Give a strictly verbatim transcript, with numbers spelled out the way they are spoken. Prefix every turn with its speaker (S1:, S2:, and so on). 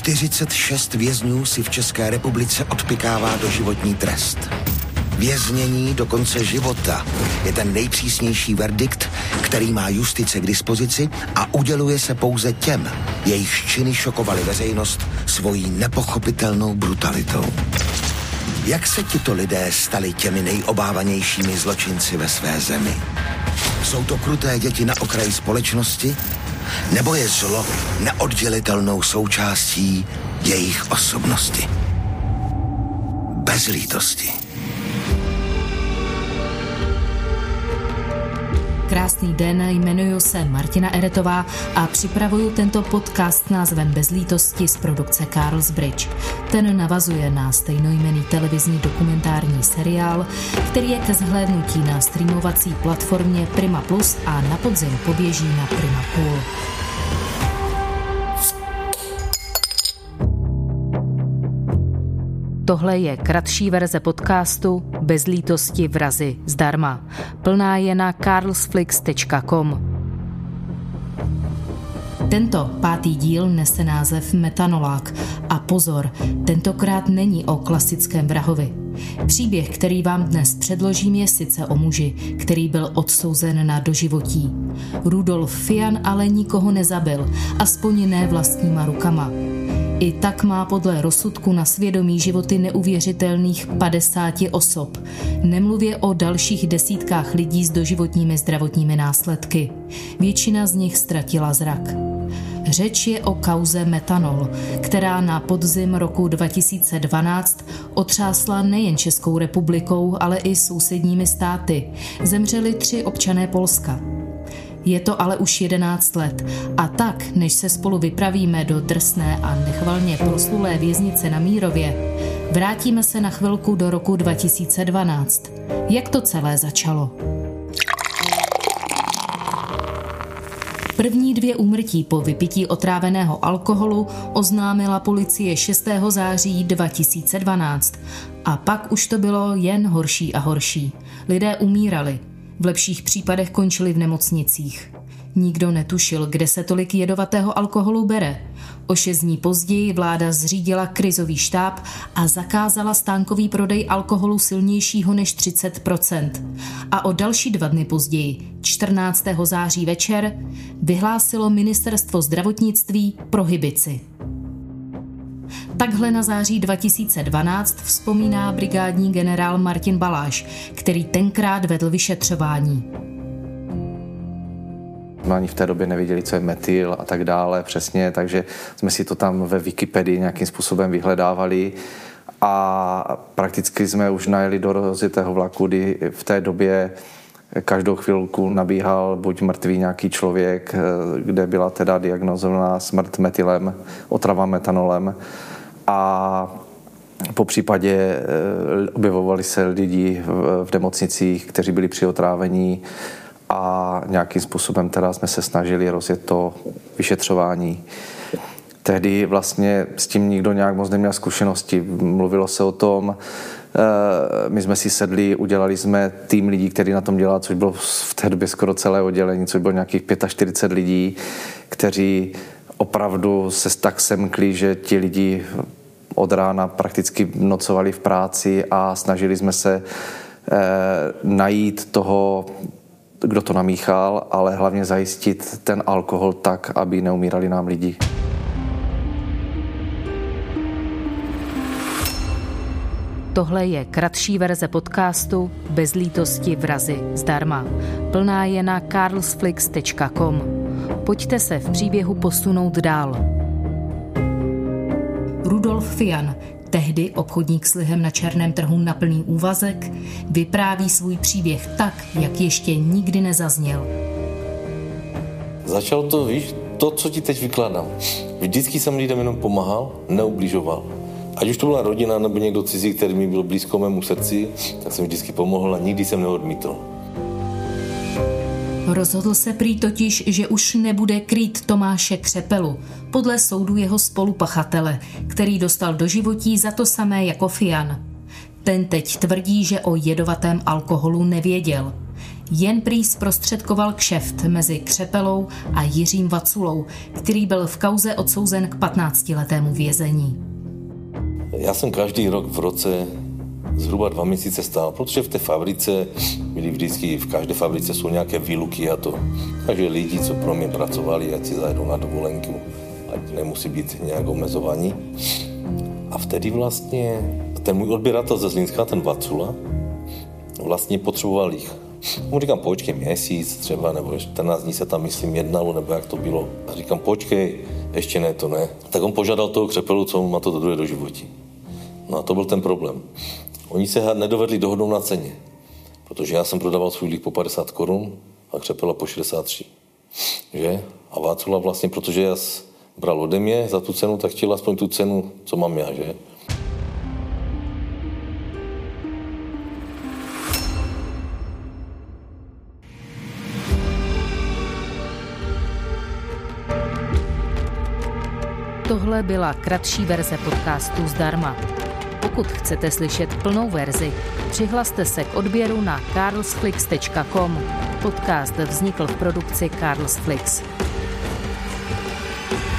S1: čtyřicet šest vězňů si v České republice odpykává doživotní trest. Věznění do konce života je ten nejpřísnější verdikt, který má justice k dispozici a uděluje se pouze těm, jejichž činy šokovaly veřejnost svojí nepochopitelnou brutalitou. Jak se tito lidé stali těmi nejobávanějšími zločinci ve své zemi? Jsou to kruté děti na okraji společnosti? Nebo je zlo neoddělitelnou součástí jejich osobnosti? Bez lítosti.
S2: Krásný den, jmenuji se Martina Eretová a připravuju tento podcast s názvem Bez lítosti z produkce Carlsbridge. Ten navazuje na stejnojmenný televizní dokumentární seriál, který je ke zhlédnutí na streamovací platformě Prima Plus a na podzim poběží na Prima Pool. Tohle je kratší verze podcastu Bez lítosti vrazi zdarma. Plná je na carlsflix tečka com. Tento pátý díl nese název Metanolák. A pozor, tentokrát není o klasickém vrahovi. Příběh, který vám dnes předložím, je sice o muži, který byl odsouzen na doživotí. Rudolf Fian ale nikoho nezabil, aspoň ne vlastníma rukama. I tak má podle rozsudku na svědomí životy neuvěřitelných padesáti osob. Nemluvě o dalších desítkách lidí s doživotními zdravotními následky. Většina z nich ztratila zrak. Řeč je o kauze Metanol, která na podzim roku dva tisíce dvanáct otřásla nejen Českou republikou, ale i sousedními státy. Zemřeli tři občané Polska. Je to ale už jedenáct let a tak, než se spolu vypravíme do drsné a nechvalně proslulé věznice na Mírově, vrátíme se na chvilku do roku dva tisíce dvanáct. Jak to celé začalo? První dvě úmrtí po vypití otráveného alkoholu oznámila policie šestého září dva tisíce dvanáct. A pak už to bylo jen horší a horší. Lidé umírali. V lepších případech končili v nemocnicích. Nikdo netušil, kde se tolik jedovatého alkoholu bere. O šest dní později vláda zřídila krizový štáb a zakázala stánkový prodej alkoholu silnějšího než třicet procent. A o další dva dny později, čtrnáctého září večer, vyhlásilo ministerstvo zdravotnictví prohibici. Takhle na září dva tisíce dvanáct vzpomíná brigádní generál Martin Baláš, který tenkrát vedl vyšetřování.
S3: Jsme ani v té době nevěděli, co je metyl a tak dále přesně, takže jsme si to tam ve Wikipedii nějakým způsobem vyhledávali a prakticky jsme už najeli do rozjetého vlaku, kdy v té době každou chvilku nabíhal buď mrtvý nějaký člověk, kde byla teda diagnozovaná smrt metylem, otrava metanolem, a po případě objevovali se lidi v nemocnicích, kteří byli při otrávení a nějakým způsobem teda jsme se snažili rozjet to vyšetřování. Tehdy vlastně s tím nikdo nějak moc neměl zkušenosti. Mluvilo se o tom, my jsme si sedli, udělali jsme tým lidí, který na tom dělá, což bylo v té době skoro celé oddělení, což bylo nějakých čtyřicet pět lidí, kteří opravdu se tak semkli, že ti lidi od rána prakticky nocovali v práci a snažili jsme se eh, najít toho, kdo to namíchal, ale hlavně zajistit ten alkohol tak, aby neumírali nám lidi.
S2: Tohle je kratší verze podcastu Bez lítosti vrazi zdarma. Plná je na carlsflix tečka com. Pojďte se v příběhu posunout dál. Rudolf Fian, tehdy obchodník s lihem na černém trhu na plný úvazek, vypráví svůj příběh tak, jak ještě nikdy nezazněl.
S4: Začalo to, víš, to, co ti teď vykládám. Vždycky jsem lidem jenom pomáhal, neubližoval. Ať už to byla rodina nebo někdo cizí, který mi byl blízko mému srdci, tak jsem vždycky pomohl a nikdy jsem neodmítl.
S2: Rozhodl se prý totiž, že už nebude krýt Tomáše Křepelu, podle soudu jeho spolupachatele, který dostal doživotí za to samé jako Fian. Ten teď tvrdí, že o jedovatém alkoholu nevěděl. jen prý zprostředkoval kšeft mezi Křepelou a Jiřím Vaculou, který byl v kauze odsouzen k patnáctiletému vězení.
S4: Já jsem každý rok v roce zhruba dva měsíce stál, protože v té fabrice byli vždycky, v každé fabrice jsou nějaké výluky a to. Takže lidi, co pro mě pracovali, ať si zajedou na dovolenku, ať nemusí být nějak omezovaní. A vtedy vlastně ten můj odběratel ze Zlínska, ten Vacula, vlastně potřeboval jich. Mu říkám, počkej měsíc třeba, nebo čtrnáct dní se tam, myslím, jednalo, nebo jak to bylo. A říkám, počkej, ještě ne, to ne. Tak on požádal toho Křepelu, co má to do druhé doživotí. No a to byl ten problém. Oni se nedovedli dohodnout na ceně, protože já jsem prodával svůj líh po padesát korun a Křepela po šedesát tři. Že? A Vácula vlastně, protože já bral ode mě za tu cenu, tak chtěl aspoň tu cenu, co mám já, že?
S2: Tohle byla kratší verze podcastu Zdarma. Pokud chcete slyšet plnou verzi, přihlaste se k odběru na carlsflix tečka com. Podcast vznikl v produkci Carlsflix.